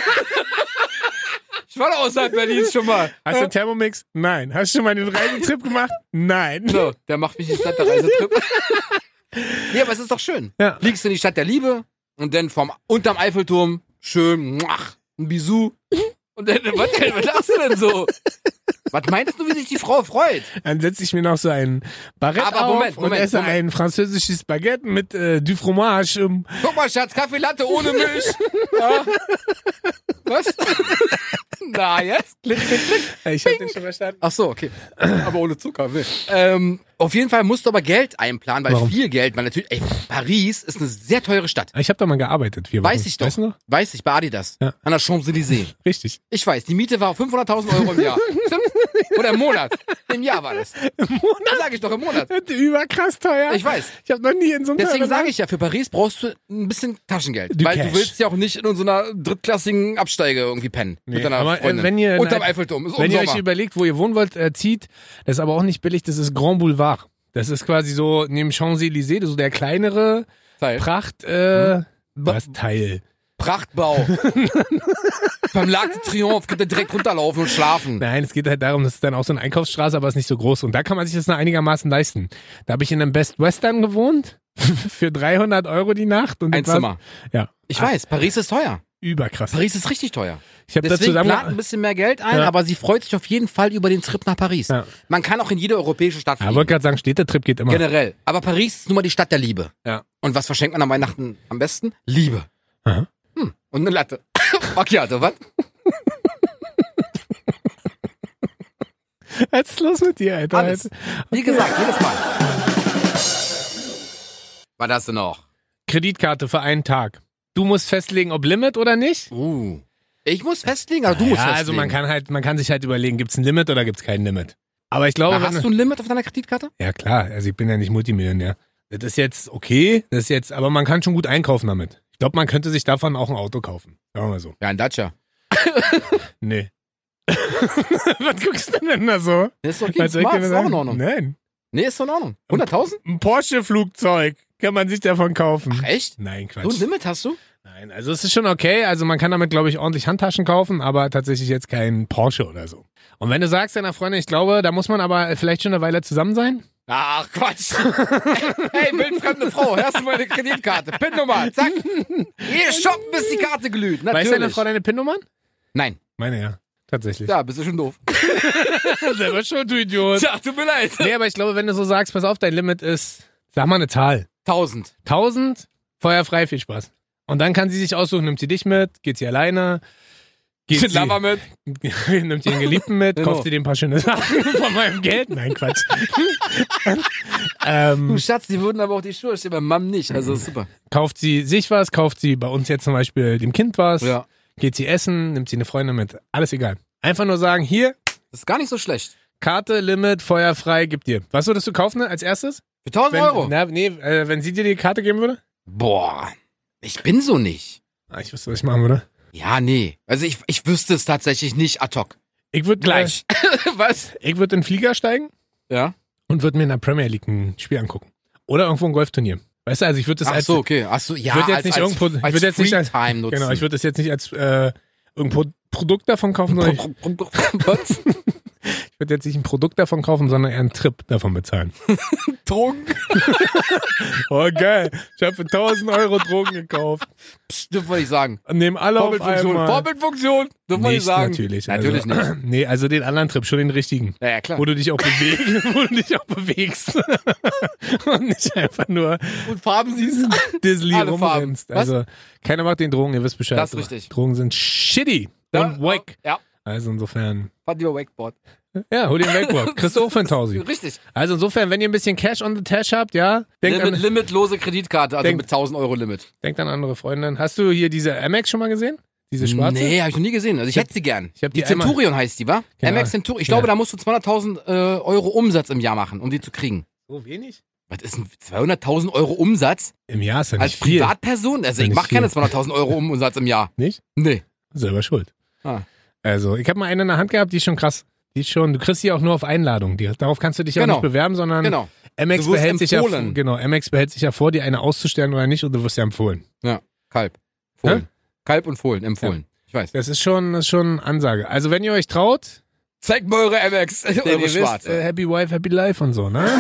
S1: Ich war doch außerhalb Berlins schon mal.
S2: hast du einen Thermomix? Nein. Hast du schon mal einen Reisetrip gemacht? Nein.
S1: So, der macht mich in die Stadt der Reisetrip. Nee, aber es ist doch schön.
S2: Ja.
S1: Fliegst in die Stadt der Liebe und dann vom unterm Eiffelturm schön muach, ein Bisou. Und dann, was, was lachst du denn so? Was meinst du, wie sich die Frau freut?
S2: Dann setze ich mir noch so ein Barrette
S1: Aber
S2: auf
S1: Moment, Moment,
S2: und esse
S1: Moment.
S2: ein französisches Baguette mit äh, du fromage. Um,
S1: Guck mal, Schatz, Kaffee Latte ohne Milch. Ja. Was? Na, jetzt? Klick, klick, klick.
S2: ich hab den schon verstanden.
S1: Ach so, okay. Aber ohne Zucker, will. Ähm, auf jeden Fall musst du aber Geld einplanen, weil
S2: Warum?
S1: viel Geld, weil natürlich, ey, Paris ist eine sehr teure Stadt.
S2: Ich habe da mal gearbeitet. Vier Wochen.
S1: Weiß ich doch.
S2: Weißt du noch?
S1: Weiß ich, bei Adidas.
S2: Ja.
S1: An der Champs-Élysées.
S2: Richtig.
S1: Ich weiß, die Miete war fünfhunderttausend Euro im Jahr. Stimmt? Oder im Monat. Im Jahr war das.
S2: Im Monat?
S1: Das sag ich doch, im Monat.
S2: Überkrass teuer.
S1: Ich weiß.
S2: Ich habe noch nie in so einem
S1: Deswegen
S2: teuren
S1: sage ich ja, für Paris brauchst du ein bisschen Taschengeld.
S2: Du
S1: weil
S2: Cash.
S1: du willst ja auch nicht in so einer drittklassigen Absteige irgendwie pennen.
S2: Nee,
S1: mit deiner
S2: aber, äh,
S1: Freundin.
S2: wenn ihr-
S1: Unterm
S2: nein,
S1: Eiffelturm. Ist
S2: Wenn
S1: im
S2: ihr euch
S1: Sommer.
S2: überlegt, wo ihr wohnen wollt, äh, zieht, das ist aber auch nicht billig, das ist Grand Boulevard. Das ist quasi so neben Champs-Élysées, so der kleinere
S1: Teil.
S2: Pracht, äh, was Teil.
S1: Prachtbau. Beim Lac de Triomphe könnt ihr direkt runterlaufen und schlafen.
S2: Nein, es geht halt darum, das ist dann auch so eine Einkaufsstraße, aber ist nicht so groß. Und da kann man sich das noch einigermaßen leisten. Da habe ich in einem Best Western gewohnt, für dreihundert Euro die Nacht. Und
S1: Ein
S2: das war-
S1: Zimmer.
S2: Ja.
S1: Ich weiß, Paris ist teuer.
S2: Überkrass.
S1: Paris ist richtig teuer.
S2: Ich habe da
S1: Deswegen
S2: zusammen...
S1: plant ein bisschen mehr Geld ein,
S2: Ja.
S1: aber sie freut sich auf jeden Fall über den Trip nach Paris.
S2: Ja.
S1: Man kann auch in jede europäische Stadt
S2: Ja,
S1: fliegen.
S2: wollte gerade sagen, Städtetrip geht immer.
S1: Generell. Aber Paris ist nun mal die Stadt der Liebe.
S2: Ja.
S1: Und was verschenkt man an Weihnachten am besten? Liebe.
S2: Aha.
S1: Hm. Und eine Latte. Macchiato, was?
S2: Was ist los mit dir, Alter?
S1: Alles. Wie gesagt, jedes Mal. Was hast du noch?
S2: Kreditkarte für einen Tag. Du musst festlegen, ob Limit oder nicht.
S1: Uh. Ich muss festlegen, aber du musst
S2: ja,
S1: festlegen.
S2: also man kann halt, man kann sich halt überlegen, gibt's ein Limit oder gibt's kein Limit. Aber ich glaube,
S1: Aber
S2: wenn,
S1: hast du ein Limit auf deiner Kreditkarte?
S2: ja klar, also ich bin ja nicht Multimillionär. Das ist jetzt okay, das ist jetzt, aber man kann schon gut einkaufen damit. Ich glaube, man könnte sich davon auch ein Auto kaufen. Sagen wir mal so.
S1: Ja, ein Dacia.
S2: Nee. Was guckst du denn da so?
S1: Das ist okay,
S2: Was soll ich
S1: Smart
S2: dir
S1: ist
S2: sagen?
S1: auch in Ordnung.
S2: Nein.
S1: Nee, ist doch in Ordnung. hunderttausend?
S2: Ein Porsche-Flugzeug kann man sich davon kaufen.
S1: Ach, echt?
S2: Nein, Quatsch.
S1: So ein Limit hast du?
S2: Nein, also es ist schon okay. Also man kann damit, glaube ich, ordentlich Handtaschen kaufen, aber tatsächlich jetzt kein Porsche oder so. Und wenn du sagst deiner Freundin, ich glaube, da muss man aber vielleicht schon eine Weile zusammen sein.
S1: Ach, Quatsch. Hey, wildfremde Frau, hörst du meine Kreditkarte? PIN-Nummer, zack. Hier shoppen, bis die Karte glüht. Natürlich.
S2: Weiß deine Frau deine PIN-Nummern?
S1: Nein.
S2: Meine ja. Tatsächlich.
S1: Ja, bist du schon doof.
S2: Selber schon, du Idiot.
S1: Tja, tut mir leid.
S2: Nee, aber ich glaube, wenn du so sagst, pass auf, dein Limit ist, sag mal eine Zahl.
S1: Tausend.
S2: Tausend, feuerfrei, viel Spaß. Und dann kann sie sich aussuchen, nimmt sie dich mit, geht sie alleine, geht
S1: Mit
S2: sie,
S1: Lava mit.
S2: nimmt sie ihren Geliebten mit,
S1: Genau.
S2: kauft sie dir ein paar schöne Sachen von meinem Geld. Nein, Quatsch. ähm,
S1: Du Schatz, die würden aber auch die Schuhe stehen, bei Mom nicht. Also ist super.
S2: kauft sie sich was, kauft sie bei uns jetzt zum Beispiel dem Kind was,
S1: Ja.
S2: geht sie essen, nimmt sie eine Freundin mit, alles egal. Einfach nur sagen, hier,
S1: Das ist gar nicht so schlecht.
S2: Karte, Limit, feuerfrei, gib dir. Was würdest du kaufen als erstes?
S1: Für tausend
S2: Wenn,
S1: Euro?
S2: Na, nee, äh, wenn sie dir die Karte geben würde?
S1: Boah. Ich bin so nicht.
S2: Ah, ich wüsste, was ich machen würde.
S1: Ja, nee. Also ich, ich wüsste es tatsächlich nicht ad hoc.
S2: Ich würde
S1: Gleich. Was?
S2: Äh, ich würde in den Flieger steigen
S1: Ja.
S2: und würde mir in der Premier League ein Spiel angucken. Oder irgendwo ein Golfturnier. Weißt du, also ich würde das
S1: Ach
S2: als
S1: so, okay. Ach so, ja,
S2: ich würde jetzt
S1: als,
S2: nicht
S1: als,
S2: irgendwo, ich
S1: als
S2: würde jetzt nicht als,
S1: Freetime nutzen.
S2: genau, ich würde das jetzt nicht als äh, irgendwo Produkt davon kaufen, sondern ich,
S1: Was?
S2: ich Ich würde jetzt nicht ein Produkt davon kaufen, sondern eher einen Trip davon bezahlen.
S1: Drogen.
S2: Oh, geil. Ich habe für tausend Euro Drogen gekauft.
S1: Psst, dürfen wir nicht sagen.
S2: Nehmen alle auf
S1: Vorbildfunktion.
S2: einmal.
S1: Vorbildfunktion. Dürfen wir nicht sagen.
S2: Natürlich.
S1: Natürlich
S2: also,
S1: nicht.
S2: Nee, also den anderen Trip, schon den richtigen.
S1: Ja, ja, klar.
S2: Wo du dich auch bewegst. Wo du dich auch bewegst. Und nicht einfach nur
S1: Und Farben siehst.
S2: Disney
S1: Alle
S2: rumrennst.
S1: Farben. Was?
S2: Also, keiner macht den Drogen, ihr wisst Bescheid.
S1: Das ist richtig.
S2: Drogen sind shitty
S1: Ja,
S2: und wack.
S1: Ja.
S2: Also insofern,
S1: Fand lieber Wakeboard.
S2: ja, hol den Wakeboard. Kriegst du auch für ein Tausi.
S1: Richtig.
S2: Also insofern, wenn ihr ein bisschen Cash on the Tash habt, ja, denkt,
S1: Limit,
S2: an,
S1: limitlose Kreditkarte, also
S2: Denk-
S1: mit tausend Euro Limit.
S2: denkt an andere Freundinnen. Hast du hier diese Amex schon mal gesehen? Diese schwarze?
S1: Nee, habe ich noch nie gesehen. Also ich hätte sie gern.
S2: ich hab
S1: die
S2: die einmal-
S1: Centurion heißt die, wa?
S2: Genau.
S1: M X Centurion. Ich
S2: Ja.
S1: glaube, da musst du zweihunderttausend äh, Euro Umsatz im Jahr machen, um die zu kriegen.
S2: So wenig?
S1: Was ist denn zweihunderttausend Euro Umsatz
S2: Im Jahr ist ja
S1: als
S2: nicht viel.
S1: Privatperson? Also
S2: Ja,
S1: ich
S2: nicht
S1: mache keine
S2: viel.
S1: zweihunderttausend Euro Umsatz im Jahr.
S2: Nicht?
S1: Nee.
S2: Selber schuld.
S1: Ah.
S2: Also, ich habe mal eine in der Hand gehabt, die ist schon krass. Die ist schon, du kriegst die auch nur auf Einladung. Die, darauf kannst du dich ja
S1: Genau.
S2: nicht bewerben, sondern
S1: Genau.
S2: Amex
S1: Du wirst
S2: behält sich ja,
S1: empfohlen.
S2: genau, Amex behält sich ja vor, dir eine auszustellen oder nicht, und du wirst ja empfohlen.
S1: Ja. Kalb. Fohlen. Kalb und Fohlen. Empfohlen. Ich weiß.
S2: Das ist schon, das ist schon Ansage. Also, wenn ihr euch traut,
S1: Zeigt mal eure M X.
S2: denn
S1: eure
S2: ihr wisst,
S1: Schwarze.
S2: äh, Happy Wife, Happy Life und so, ne?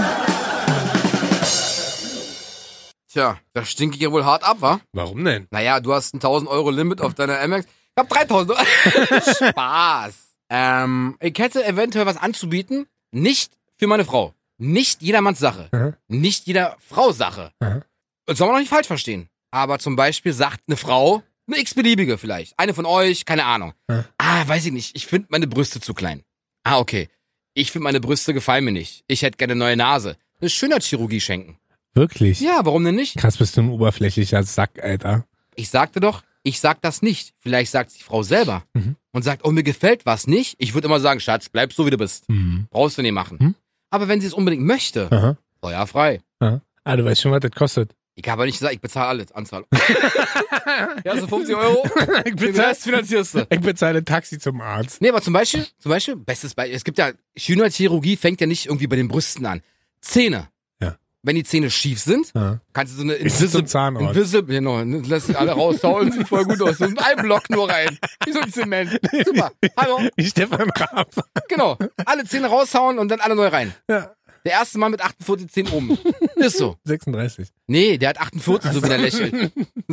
S1: Tja, da stinke ich ja wohl hart ab, wa?
S2: Warum denn?
S1: Naja, du hast ein tausend Euro Limit auf deiner M X. Ich hab dreitausend Euro. Spaß. Ähm, ich hätte eventuell was anzubieten. Nicht für meine Frau. Nicht jedermanns Sache.
S2: Mhm.
S1: Nicht jeder Frau Sache.
S2: Mhm.
S1: Das soll man noch nicht falsch verstehen. Aber zum Beispiel sagt eine Frau, eine x-beliebige vielleicht, eine von euch, keine Ahnung.
S2: Mhm.
S1: Ah, weiß ich nicht, ich finde meine Brüste zu klein. Ah, okay. Ich finde meine Brüste gefallen mir nicht. Ich hätte gerne eine neue Nase. Eine Schönheitschirurgie schenken.
S2: Wirklich?
S1: Ja, warum denn nicht?
S2: Krass, bist du ein oberflächlicher Sack, Alter.
S1: Ich sagte doch, ich sag das nicht. Vielleicht sagt die Frau selber
S2: Mhm.
S1: und sagt, oh, mir gefällt was nicht. Ich würde immer sagen, Schatz, bleib so, wie du bist.
S2: Mhm.
S1: Brauchst du nicht machen.
S2: Mhm.
S1: Aber wenn sie es unbedingt möchte,
S2: Aha.
S1: feuerfrei.
S2: Aha. Ah, du weißt schon, was das kostet.
S1: Ich habe aber nicht gesagt, ich bezahle alles, Anzahlung. Ja, so fünfzig Euro.
S2: ich,
S1: Den
S2: bezahle,
S1: Rest finanzierst du.
S2: ich bezahle Taxi zum Arzt.
S1: Nee, aber zum Beispiel, zum Beispiel, bestes Beispiel, es gibt ja, Schönheitschirurgie fängt ja nicht irgendwie bei den Brüsten an. Zähne.
S2: Ja.
S1: Wenn die Zähne schief sind,
S2: Ja.
S1: kannst du so eine
S2: Ist zum Zahnarzt.
S1: Invisible, genau, lass sie alle raushauen, sieht voll gut aus. So ein Block nur rein. Wie so ein Zement. Super. Hallo.
S2: Wie Stefan Raab.
S1: Genau. Alle Zähne raushauen und dann alle neu rein.
S2: Ja.
S1: Der erste Mann mit achtundvierzig Zähnen oben. Ist so.
S2: sechsunddreißig.
S1: Nee, der hat achtundvierzig, so wie der lächelt.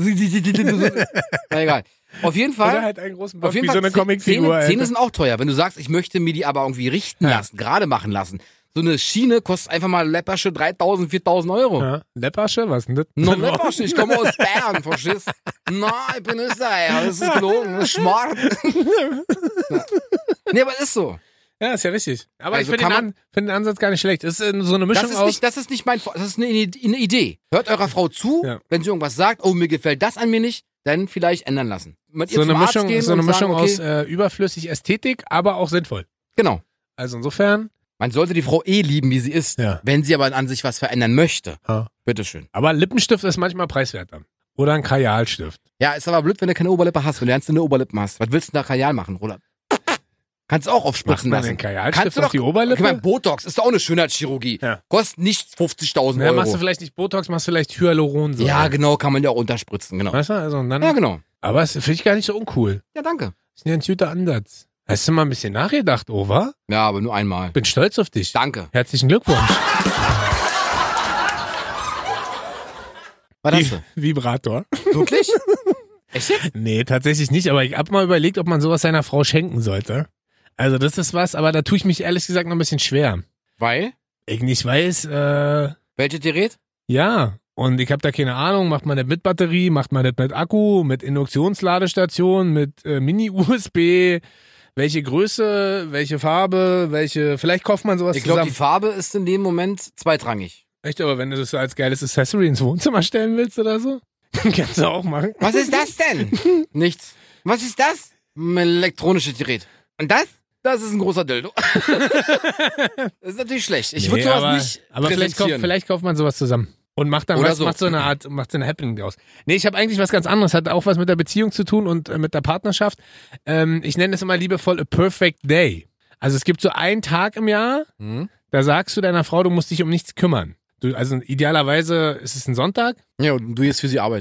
S1: Na egal. Auf jeden
S2: Oder
S1: Fall.
S2: halt einen großen Bock,
S1: Auf jeden
S2: wie
S1: Fall,
S2: so eine
S1: Zähne,
S2: Comicfigur.
S1: Zähne
S2: Alter.
S1: sind auch teuer. Wenn du sagst, ich möchte mir die aber irgendwie richten
S2: Ja.
S1: lassen, gerade machen lassen. So eine Schiene kostet einfach mal läppersche dreitausend, viertausend Euro.
S2: Ja. Läppersche, was denn das?
S1: No, läppersche, ich komme aus Bern, verstehst? Na, ich bin Österreicher, das ist gelogen, das ist Schmarrn. Ja. Nee, aber ist so.
S2: Ja, ist ja richtig. Aber
S1: Also
S2: ich finde
S1: kann
S2: den, An find den Ansatz gar nicht schlecht. Es ist äh, so eine Mischung
S1: Das ist,
S2: aus.
S1: nicht, das ist nicht mein, Vor- das ist eine, eine Idee. Hört eurer Frau zu,
S2: Ja.
S1: wenn sie irgendwas sagt, oh, mir gefällt das an mir nicht, dann vielleicht ändern lassen. Mit ihr
S2: so
S1: zum
S2: eine
S1: Arzt
S2: Mischung,
S1: gehen
S2: so eine
S1: und
S2: Mischung
S1: sagen, okay,
S2: aus äh, überflüssig Ästhetik, aber auch sinnvoll.
S1: Genau.
S2: Also insofern.
S1: Man sollte die Frau eh lieben, wie sie ist.
S2: Ja.
S1: Wenn sie aber an sich was verändern möchte.
S2: Ja.
S1: Bitteschön.
S2: Aber Lippenstift ist manchmal preiswerter. Oder ein Kajalstift.
S1: Ja, ist aber blöd, wenn du keine Oberlippe hast. Wenn du ernst eine Oberlippe hast. Was willst du da Kajal machen, oder? Kannst du auch
S2: Macht
S1: aufspritzen
S2: man
S1: lassen.
S2: den Kajalstift
S1: Kannst du
S2: auf
S1: doch-
S2: die Oberlippe?
S1: Ich meine, Botox ist doch auch eine Schönheitschirurgie.
S2: Ja.
S1: Kostet nicht fünfzigtausend
S2: Ja,
S1: Euro.
S2: machst du vielleicht nicht Botox, machst du vielleicht Hyaluronsäure.
S1: Ja, genau, kann man ja auch unterspritzen, genau.
S2: Weißt du, also und dann,
S1: Ja, genau.
S2: aber das finde ich gar nicht so uncool.
S1: Ja, danke.
S2: Das ist ja ein guter Ansatz. Hast du mal ein bisschen nachgedacht, Ova?
S1: Ja, aber nur einmal.
S2: Bin stolz auf dich.
S1: Danke.
S2: Herzlichen Glückwunsch.
S1: Was hast du?
S2: Vibrator.
S1: Wirklich? Echt jetzt?
S2: Nee, tatsächlich nicht, aber ich hab mal überlegt, ob man sowas seiner Frau schenken sollte. Also das ist was, aber da tue ich mich ehrlich gesagt noch ein bisschen schwer.
S1: Weil?
S2: Ich nicht weiß, äh,
S1: Welches Gerät?
S2: ja. Und ich habe da keine Ahnung, macht man das mit Batterie, macht man das mit Akku, mit Induktionsladestation, mit äh, Mini-U S B, welche Größe, welche Farbe, welche, vielleicht kauft man sowas
S1: Ich glaube, die
S2: zusammen.
S1: Farbe ist in dem Moment zweitrangig.
S2: Echt, aber wenn du das so als geiles Accessory ins Wohnzimmer stellen willst oder so, kannst du auch machen.
S1: Was ist das denn? Nichts. Was ist das? Ein elektronisches Gerät. Und das? Das ist ein großer Dildo. Das ist natürlich schlecht. Ich würde
S2: Nee,
S1: sowas
S2: aber,
S1: nicht
S2: aber vielleicht, kauft,
S1: präsentieren.
S2: vielleicht kauft man sowas zusammen. Und macht dann
S1: Oder
S2: was,
S1: so.
S2: macht so eine Art, macht so eine Happening draus. Nee, ich habe eigentlich was ganz anderes, hat auch was mit der Beziehung zu tun und äh, mit der Partnerschaft. Ähm, ich nenne es immer liebevoll a perfect day. Also es gibt so einen Tag im Jahr,
S1: Hm?
S2: da sagst du deiner Frau, du musst dich um nichts kümmern. Du, also idealerweise ist es ein Sonntag.
S1: Ja, und du jetzt für sie arbeiten.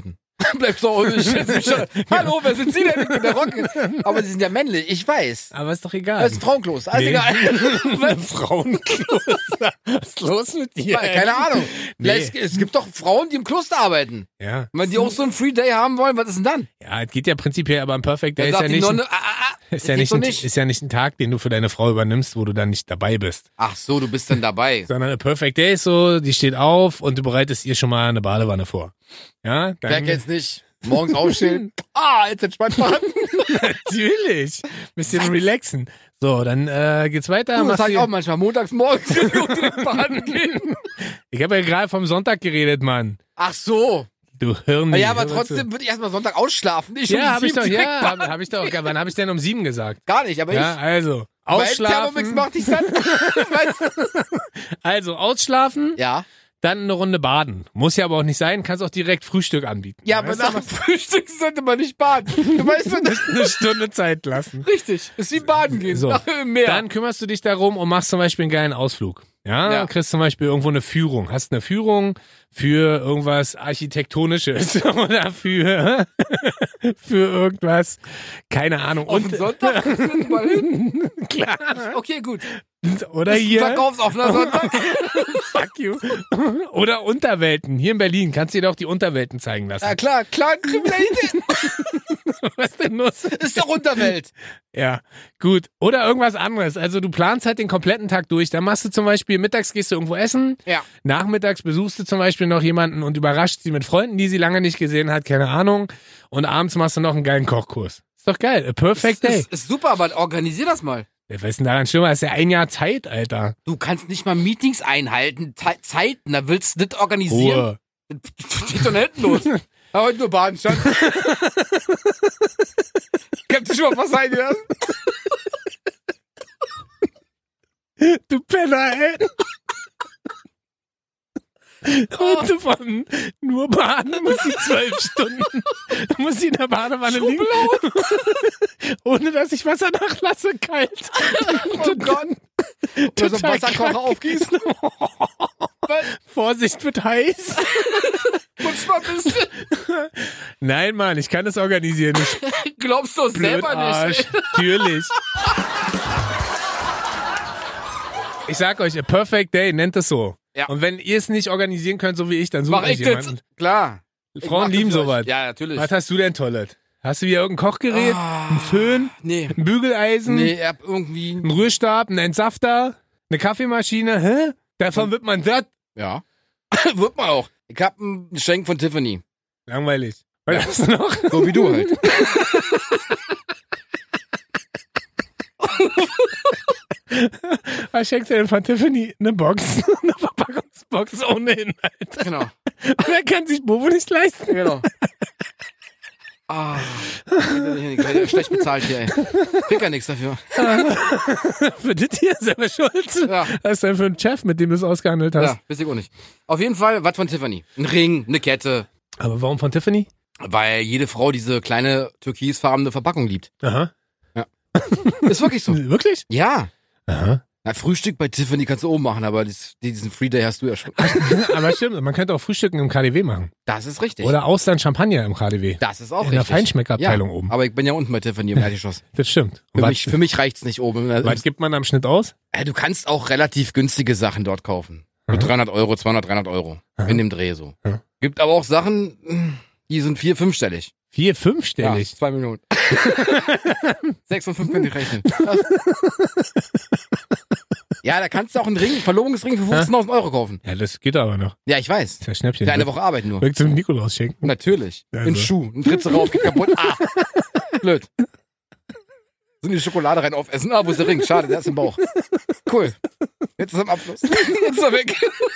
S1: Bleib zu Hause. Ich schätze mich schon. Hallo, wer sind Sie denn? Ich bin der Rocket. Aber Sie sind ja männlich, ich weiß.
S2: Aber ist doch egal.
S1: Das ist ein Frauenklos, alles
S2: Nee.
S1: egal.
S2: Frauenkloster. Was ist los mit dir? ey?
S1: Keine Ahnung.
S2: Nee.
S1: Vielleicht, es gibt doch Frauen, die im Kloster arbeiten.
S2: Ja.
S1: Wenn die auch so einen Free Day haben wollen, was ist denn dann?
S2: Ja, es geht ja prinzipiell, aber ein Perfect Day
S1: Dann
S2: ist
S1: sagt
S2: ja,
S1: die
S2: nicht,
S1: Nonne,
S2: ein,
S1: ah, ah, ah,
S2: ist,
S1: das
S2: ja
S1: geht
S2: nicht
S1: so
S2: ein,
S1: nicht.
S2: ist ja nicht ein Tag, den du für deine Frau übernimmst, wo du dann nicht dabei bist.
S1: Ach so, du bist dann dabei.
S2: Sondern ein Perfect Day ist so, die steht auf und du bereitest ihr schon mal eine Badewanne vor. Ja,
S1: Wer
S2: dann
S1: kennt's nicht? Morgens aufstehen. Ah, jetzt entspannt fahren.
S2: natürlich. Bisschen relaxen. So, dann äh, geht's weiter.
S1: Du, das
S2: machst
S1: sag ich
S2: du-
S1: auch manchmal. Montags morgens direkt baden gehen.
S2: Ich habe ja gerade vom Sonntag geredet, Mann.
S1: Ach so.
S2: Du Hirn.
S1: Ja, aber trotzdem würde ich erstmal Sonntag ausschlafen. Ich
S2: Ja,
S1: um
S2: habe ich
S1: sieben
S2: doch,
S1: direkt
S2: ja,
S1: baden.
S2: habe hab ich doch. Wann habe ich denn um sieben gesagt?
S1: Gar nicht, aber
S2: Ja,
S1: ich.
S2: also
S1: Weil Thermomix
S2: ausschlafen.
S1: macht dich satt. Weißt du?
S2: Also ausschlafen,
S1: Ja.
S2: dann eine Runde baden. Muss ja aber auch nicht sein, kannst auch direkt Frühstück anbieten.
S1: Ja, aber
S2: Weißt du,
S1: nach dem Frühstück sollte man nicht baden. Du weißt doch nicht.
S2: eine Stunde Zeit lassen.
S1: Richtig. Ist wie baden gehen.
S2: So.
S1: Nach dem Meer.
S2: Dann kümmerst du dich darum und machst zum Beispiel einen geilen Ausflug. Ja,
S1: Ja.
S2: kriegst zum Beispiel irgendwo eine Führung. Hast eine Führung für irgendwas Architektonisches oder für, für irgendwas, keine Ahnung.
S1: Auf den Sonntag kannst du mal hin.
S2: klar.
S1: Okay, gut.
S2: Oder hier,
S1: Verkaufsoffener Sonntag.
S2: fuck you. Oder Unterwelten. Hier in Berlin kannst du dir doch die Unterwelten zeigen lassen.
S1: Ja klar, klar, Kriminalität.
S2: Was denn los?
S1: Ist doch Unterwelt.
S2: Ja, gut. Oder irgendwas anderes. Also du planst halt den kompletten Tag durch. Dann machst du zum Beispiel, mittags gehst du irgendwo essen.
S1: Ja.
S2: Nachmittags besuchst du zum Beispiel noch jemanden und überrascht sie mit Freunden, die sie lange nicht gesehen hat, keine Ahnung. Und abends machst du noch einen geilen Kochkurs. Ist doch geil. A perfect day.
S1: Ist, ist super, aber organisier das mal.
S2: Ja, was ist denn daran schlimmer? Das ist ja ein Jahr Zeit, Alter.
S1: Du kannst nicht mal Meetings einhalten, Te- Zeiten, da willst du das organisieren.
S2: Ruhe.
S1: Das geht doch nicht hinten los. Aber heute nur baden, Schatz. Kannst du schon mal was eingelassen?
S2: Du Penner, ey. Und du von nur baden muss sie zwölf Stunden. Muss sie in der Badewanne liegen. Ohne dass ich Wasser nachlasse, kalt.
S1: Oh Gott. Oder so einen
S2: Total
S1: Wasserkocher
S2: krank.
S1: aufgießen.
S2: Vorsicht, wird heiß.
S1: Putz mal ein bisschen.
S2: Nein, Mann, ich kann das organisieren. Ich
S1: Glaubst du selber
S2: Arsch.
S1: nicht.
S2: Natürlich. Ich sag euch, a perfect day, nennt es so.
S1: Ja.
S2: Und wenn ihr es nicht organisieren könnt, so wie ich, dann sucht
S1: Mach
S2: euch
S1: ich
S2: jemanden.
S1: das? Klar. Ich
S2: Frauen
S1: mach das
S2: lieben
S1: für euch.
S2: sowas.
S1: Ja, natürlich.
S2: Was hast du denn Tolles? Hast du wieder irgendein Kochgerät?
S1: Ah,
S2: Ein Föhn?
S1: Nee.
S2: Ein Bügeleisen?
S1: Nee, ich hab irgendwie.
S2: Ein Rührstab? Ein Entsafter? Eine Kaffeemaschine? Hä? Davon wird man satt.
S1: Ja. Wird man auch. Ich hab ein Geschenk von Tiffany.
S2: Langweilig. Was hast du noch?
S1: So wie du halt.
S2: Was schenkst du denn von Tiffany? Eine Box. Eine Verpackungsbox ohne Inhalt.
S1: Genau.
S2: Wer kann sich Bobo nicht leisten?
S1: Genau. Ah, ich werde schlecht bezahlt hier, ey. Krieg ja nichts dafür.
S2: Für das hier selber schuld.
S1: Ja.
S2: Was ist denn für ein Chef, mit dem du es ausgehandelt hast?
S1: Ja, weiß ich auch nicht. Auf jeden Fall, was von Tiffany? Ein Ring, eine Kette.
S2: Aber warum von Tiffany?
S1: Weil jede Frau diese kleine türkisfarbene Verpackung liebt.
S2: Aha.
S1: Ist wirklich so.
S2: Wirklich?
S1: Ja.
S2: Aha.
S1: Na, Frühstück bei Tiffany kannst du oben machen, aber dies, diesen Free Day hast du ja schon.
S2: Aber stimmt, man könnte auch Frühstücken im K D W machen.
S1: Das ist richtig.
S2: Oder Austern Champagner im K D W.
S1: Das ist auch
S2: In der
S1: richtig.
S2: Feinschmeckerabteilung
S1: ja,
S2: oben.
S1: Aber ich bin ja unten bei Tiffany im Erdgeschoss.
S2: Das stimmt. Und
S1: Für
S2: was,
S1: mich, für mich reicht's nicht oben.
S2: was gibt man am Schnitt aus?
S1: Äh, Du kannst auch relativ günstige Sachen dort kaufen. Für
S2: Mhm.
S1: dreihundert Euro, zweihundert, dreihundert Euro.
S2: Mhm.
S1: In dem Dreh so.
S2: Mhm.
S1: Gibt aber auch Sachen, die sind vier-, fünfstellig.
S2: Vier, fünfstellig.
S1: Ja, zwei Minuten. Sechs und fünf könnt ihr rechnen. Das- Ja, da kannst du auch einen Ring, einen Verlobungsring für fünfzehntausend Euro kaufen.
S2: Ja, das geht aber noch.
S1: Ja, ich weiß.
S2: Das ist ja Schnäppchen.
S1: Für eine Woche arbeiten nur.
S2: Wirkt zum Nikolaus schenken.
S1: Natürlich.
S2: Ja,
S1: In
S2: so.
S1: Schuh. Ein Tritt rauf, geht kaputt. Ah. Blöd. So in die Schokolade rein aufessen. Ah, wo ist der Ring? Schade, der ist im Bauch. Cool. Jetzt ist er am Abfluss. Jetzt ist er weg.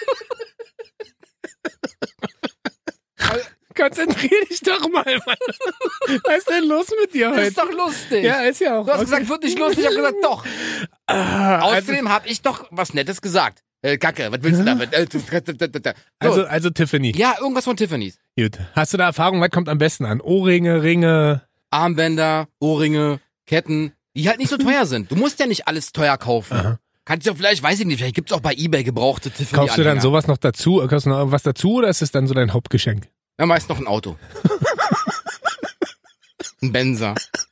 S2: Konzentrier dich doch mal, Mann. Was ist denn los mit dir heute?
S1: Ist doch lustig.
S2: Ja, ist ja auch.
S1: Du hast
S2: Okay.
S1: gesagt, wird nicht lustig. Ich hab gesagt, doch.
S2: Ah, also,
S1: Außerdem hab ich doch was Nettes gesagt. Äh, Kacke, was willst du damit? Äh, so.
S2: also, also Tiffany.
S1: Ja, irgendwas von Tiffany's.
S2: Gut. Hast du da Erfahrung? Was kommt am besten an? Ohrringe, Ringe?
S1: Armbänder, Ohrringe, Ketten, die halt nicht so teuer sind. Du musst ja nicht alles teuer kaufen.
S2: Aha.
S1: Kannst du ja vielleicht, weiß ich nicht, vielleicht gibt's auch bei eBay gebrauchte Tiffany.
S2: Kaufst du dann sowas noch dazu? Kaufst du noch irgendwas dazu oder ist es dann so dein Hauptgeschenk?
S1: Ja, meist noch ein Auto. Ein Benzer.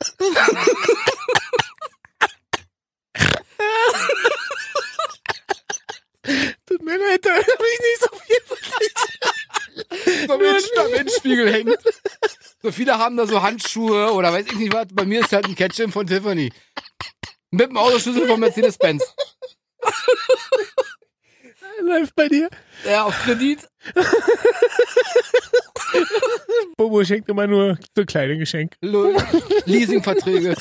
S2: Tut mir leid, da hab ich nicht so viel verdient.
S1: So mit am Innenspiegel hängt. So viele haben da so Handschuhe oder weiß ich nicht was. Bei mir ist halt ein Ketchup von Tiffany. Mit dem Autoschlüssel von Mercedes-Benz.
S2: Läuft bei dir.
S1: Ja, auf Kredit.
S2: Bobo schenkt immer nur so kleine Geschenke.
S1: Leasingverträge.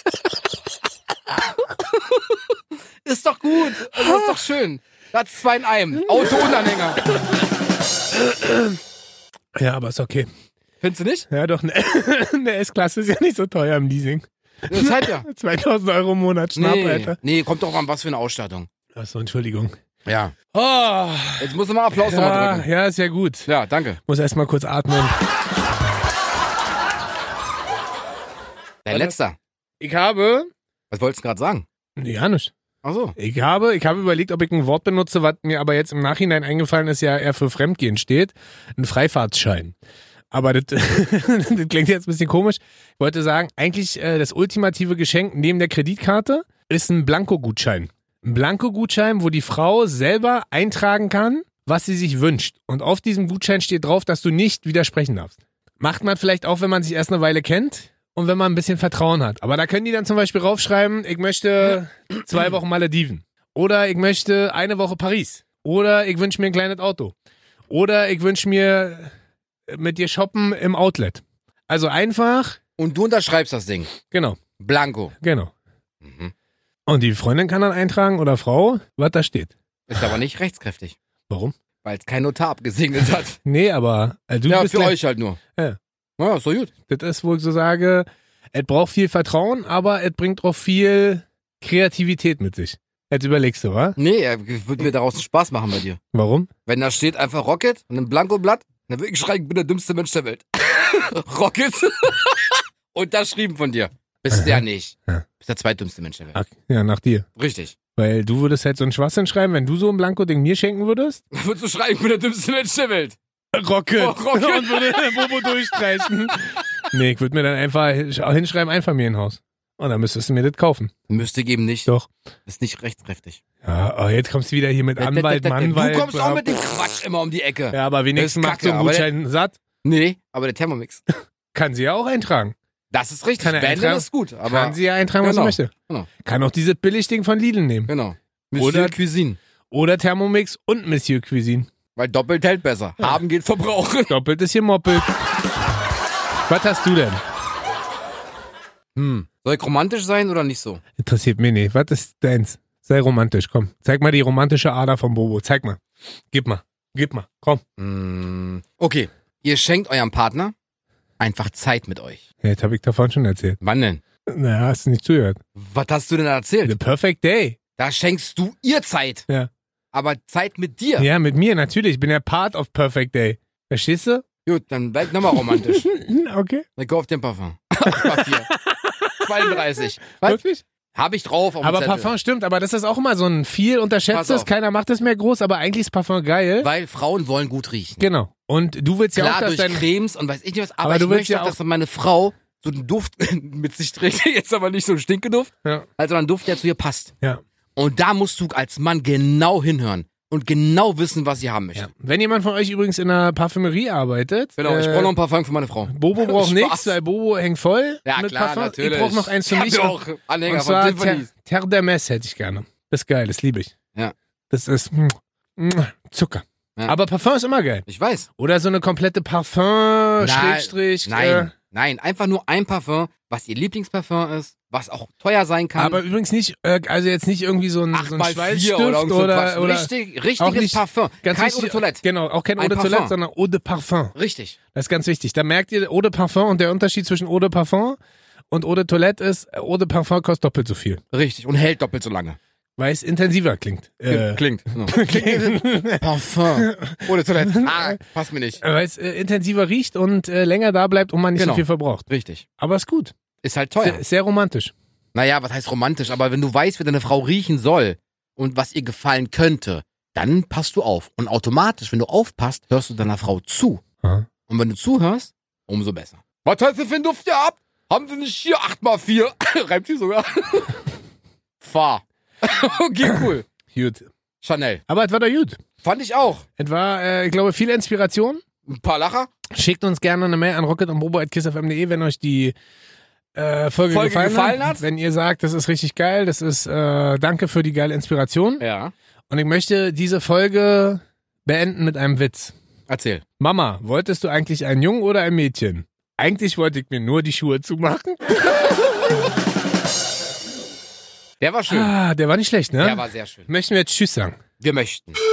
S1: Ist doch gut. Also ist doch schön. Das ist zwei in einem. Auto und Anhänger.
S2: Ja, aber ist okay.
S1: Findest du nicht?
S2: Ja, doch, eine, eine S-Klasse ist ja nicht so teuer im Leasing.
S1: Das ist halt ja.
S2: zweitausend Euro im Monat, Schnapp,
S1: Nee,
S2: Alter.
S1: nee, kommt doch an, was für eine Ausstattung.
S2: Achso, Entschuldigung.
S1: Ja.
S2: Oh,
S1: Jetzt musst du mal Applaus nochmal
S2: ja,
S1: drücken.
S2: ja, ist ja gut.
S1: Ja, danke.
S2: Muss erst mal kurz atmen.
S1: Dein letzter.
S2: Ich habe...
S1: Was wolltest du gerade sagen?
S2: Nee, ja nicht.
S1: Ach so.
S2: Ich habe, ich habe überlegt, ob ich ein Wort benutze, was mir aber jetzt im Nachhinein eingefallen ist, ja eher für Fremdgehen steht. Ein Freifahrtsschein. Aber das, das klingt jetzt ein bisschen komisch. Ich wollte sagen, eigentlich äh, das ultimative Geschenk neben der Kreditkarte ist ein Blankogutschein. Ein Blankogutschein, wo die Frau selber eintragen kann, was sie sich wünscht. Und auf diesem Gutschein steht drauf, dass du nicht widersprechen darfst. Macht man vielleicht auch, wenn man sich erst eine Weile kennt und wenn man ein bisschen Vertrauen hat. Aber da können die dann zum Beispiel raufschreiben, ich möchte zwei Wochen Malediven. Oder ich möchte eine Woche Paris. Oder ich wünsche mir ein kleines Auto. Oder ich wünsche mir mit dir shoppen im Outlet. Also einfach,
S1: Und du unterschreibst das Ding.
S2: genau,
S1: Blanko.
S2: genau.
S1: Mhm.
S2: Und die Freundin kann dann eintragen oder Frau, was da steht.
S1: Ist aber nicht rechtskräftig.
S2: Warum?
S1: Weil es kein Notar abgesegnet hat.
S2: Nee, aber äh, du
S1: Ja,
S2: bist
S1: für
S2: gleich-
S1: euch halt nur.
S2: Ja.
S1: Ja, ist doch gut.
S2: Das ist, wo ich so sage, es braucht viel Vertrauen, aber es bringt auch viel Kreativität mit sich. Jetzt überlegst du, wa?
S1: Nee, er würde mir daraus einen Spaß machen bei dir.
S2: Warum?
S1: Wenn da steht einfach Rocket und ein Blankoblatt, dann würde ich schreiben, ich bin der dümmste Mensch der Welt. Rocket. Unterschrieben von dir. Bist du ja nicht.
S2: Ja.
S1: Bist der zweitdümmste Mensch der Welt.
S2: Ach, ja, nach dir.
S1: Richtig.
S2: Weil du würdest halt so einen Schwachsinn schreiben, wenn du so ein Blanko-Ding mir schenken würdest.
S1: Dann würdest du schreiben, ich bin der dümmste Mensch der Welt.
S2: Rocket.
S1: Oh, Rocket.
S2: Und würde Bobo durchstreichen. Nee, ich würde mir dann einfach hinschreiben, Einfamilienhaus. Und dann müsstest du mir das kaufen.
S1: Müsste ich eben nicht.
S2: Doch.
S1: Ist nicht rechtskräftig.
S2: Ja, oh, jetzt kommst du wieder hier mit Anwalt, Mannwald.
S1: Du kommst auch mit dem Quatsch immer um die Ecke.
S2: Ja, aber wenigstens
S1: Das ist
S2: macht so ein
S1: Kacke, aber
S2: Gutschein satt.
S1: Nee, aber der Thermomix.
S2: Kann sie ja auch eintragen.
S1: Das ist richtig.
S2: Kann er
S1: Wenn,
S2: eintragen?
S1: dann ist gut. Aber
S2: Kann sie ja eintragen, was
S1: Genau.
S2: sie möchte.
S1: Genau.
S2: Kann auch dieses Billigding von Lidl nehmen.
S1: Genau. Monsieur
S2: Oder-
S1: Cuisine.
S2: Oder Thermomix und Monsieur Cuisine.
S1: Weil doppelt hält besser. Haben geht verbrauchen.
S2: Doppelt ist hier moppelt. Was hast du denn?
S1: Hm. Soll ich romantisch sein oder nicht so?
S2: Interessiert mich nicht. Was ist deins? Sei romantisch, komm. Zeig mal die romantische Ader von Bobo. Zeig mal. Gib mal. Gib mal. Komm.
S1: Hm. Okay. Ihr schenkt eurem Partner einfach Zeit mit euch.
S2: Ja, jetzt habe ich davon schon erzählt.
S1: Wann denn?
S2: Na, hast du nicht zugehört.
S1: Was hast du denn erzählt?
S2: The Perfect Day.
S1: Da schenkst du ihr Zeit.
S2: Ja.
S1: Aber Zeit mit dir.
S2: Ja, mit mir natürlich. Ich bin ja Part of Perfect Day. Verstehst du?
S1: Gut, dann bleib nochmal romantisch.
S2: Okay.
S1: Dann kauf dir ein Parfum. Papier. zweiunddreißig. Was?
S2: Wirklich?
S1: Hab ich drauf auf dem
S2: Aber
S1: Zettel.
S2: Parfum stimmt, aber das ist auch immer so ein viel
S1: Pass
S2: unterschätztes.
S1: auf.
S2: Keiner macht es mehr groß, aber eigentlich ist Parfum geil.
S1: Weil Frauen wollen gut riechen.
S2: Genau. Und du willst ja
S1: Klar,
S2: auch, dass
S1: durch
S2: dein...
S1: Cremes und weiß ich nicht was, aber,
S2: Aber du
S1: ich
S2: willst
S1: möchte
S2: ja
S1: auch,
S2: auch-
S1: dass meine Frau so einen Duft mit sich trägt. Jetzt aber nicht so einen Stinkeduft,
S2: Ja.
S1: also einen Duft, der zu ihr passt.
S2: Ja.
S1: Und da musst du als Mann genau hinhören und genau wissen, was sie haben möchte.
S2: Ja. Wenn jemand von euch übrigens in einer Parfümerie arbeitet,
S1: Genau, ich
S2: äh,
S1: brauche noch ein Parfum für meine Frau.
S2: Bobo braucht
S1: Spaß.
S2: nichts, weil Bobo hängt voll
S1: Ja,
S2: mit
S1: klar,
S2: Parfum.
S1: natürlich.
S2: Ich brauche noch eins für
S1: Ich hab
S2: mich.
S1: ja auch Anhänger
S2: und
S1: von
S2: zwar Ter,
S1: Tiffany's.
S2: Terre de Messe hätte ich gerne. Das ist geil, das liebe ich.
S1: Ja.
S2: Das ist mm, mm, Zucker.
S1: Ja.
S2: Aber Parfum ist immer geil.
S1: Ich weiß.
S2: Oder so eine komplette Parfum, Schrägstrich.
S1: Nein,
S2: Äh,
S1: nein, einfach nur ein Parfum, was ihr Lieblingsparfum ist, was auch teuer sein kann.
S2: aber übrigens nicht, äh, also jetzt nicht irgendwie so ein,
S1: acht
S2: so ein
S1: mal vier
S2: Schweißstift
S1: oder, irgend so ein
S2: oder,
S1: Quatsch.
S2: oder
S1: Richtig,
S2: auch
S1: richtiges
S2: nicht
S1: Parfum.
S2: ganz
S1: Kein
S2: wichtig,
S1: Eau de Toilette.
S2: Genau, auch kein
S1: Ein
S2: Eau de
S1: Parfum.
S2: Toilette, sondern Eau de Parfum.
S1: Richtig.
S2: Das ist ganz wichtig. Da merkt ihr Eau de Parfum und der Unterschied zwischen Eau de Parfum und Eau de Toilette ist, Eau de Parfum kostet doppelt so viel.
S1: Richtig. Und hält doppelt so lange.
S2: Weil es intensiver klingt. Äh,
S1: Klingt. Genau. Parfum. Ohne Toilette. Ah, passt mir nicht.
S2: weil es äh, intensiver riecht und äh, länger da bleibt und man nicht
S1: Genau.
S2: so viel verbraucht.
S1: Richtig.
S2: Aber ist gut.
S1: Ist halt teuer.
S2: Sehr, sehr romantisch.
S1: Naja, was heißt romantisch? Aber wenn du weißt, wie deine Frau riechen soll und was ihr gefallen könnte, dann passt du auf. Und automatisch, wenn du aufpasst, hörst du deiner Frau zu.
S2: Aha.
S1: Und wenn du zuhörst, umso besser. Was hast du für einen Duft gehabt? Haben Sie nicht hier acht mal vier? Reimt die sogar. Fahr. Okay, cool.
S2: Gut.
S1: Chanel.
S2: Aber es war doch gut.
S1: Fand ich auch.
S2: Es war, äh, ich glaube, viel Inspiration.
S1: Ein paar Lacher.
S2: Schickt uns gerne eine Mail an rocket und bobo at kiss f m punkt de, wenn euch die äh, Folge,
S1: Folge
S2: gefallen,
S1: gefallen
S2: hat.
S1: hat.
S2: Wenn ihr sagt, das ist richtig geil, das ist äh, danke für die geile Inspiration.
S1: Ja.
S2: Und ich möchte diese Folge beenden mit einem Witz.
S1: Erzähl.
S2: Mama, wolltest du eigentlich einen Jungen oder ein Mädchen? Eigentlich wollte ich mir nur die Schuhe zumachen.
S1: Der war schön.
S2: Ah, der war nicht schlecht, ne?
S1: Der war sehr schön.
S2: Möchten wir jetzt Tschüss sagen?
S1: Wir möchten.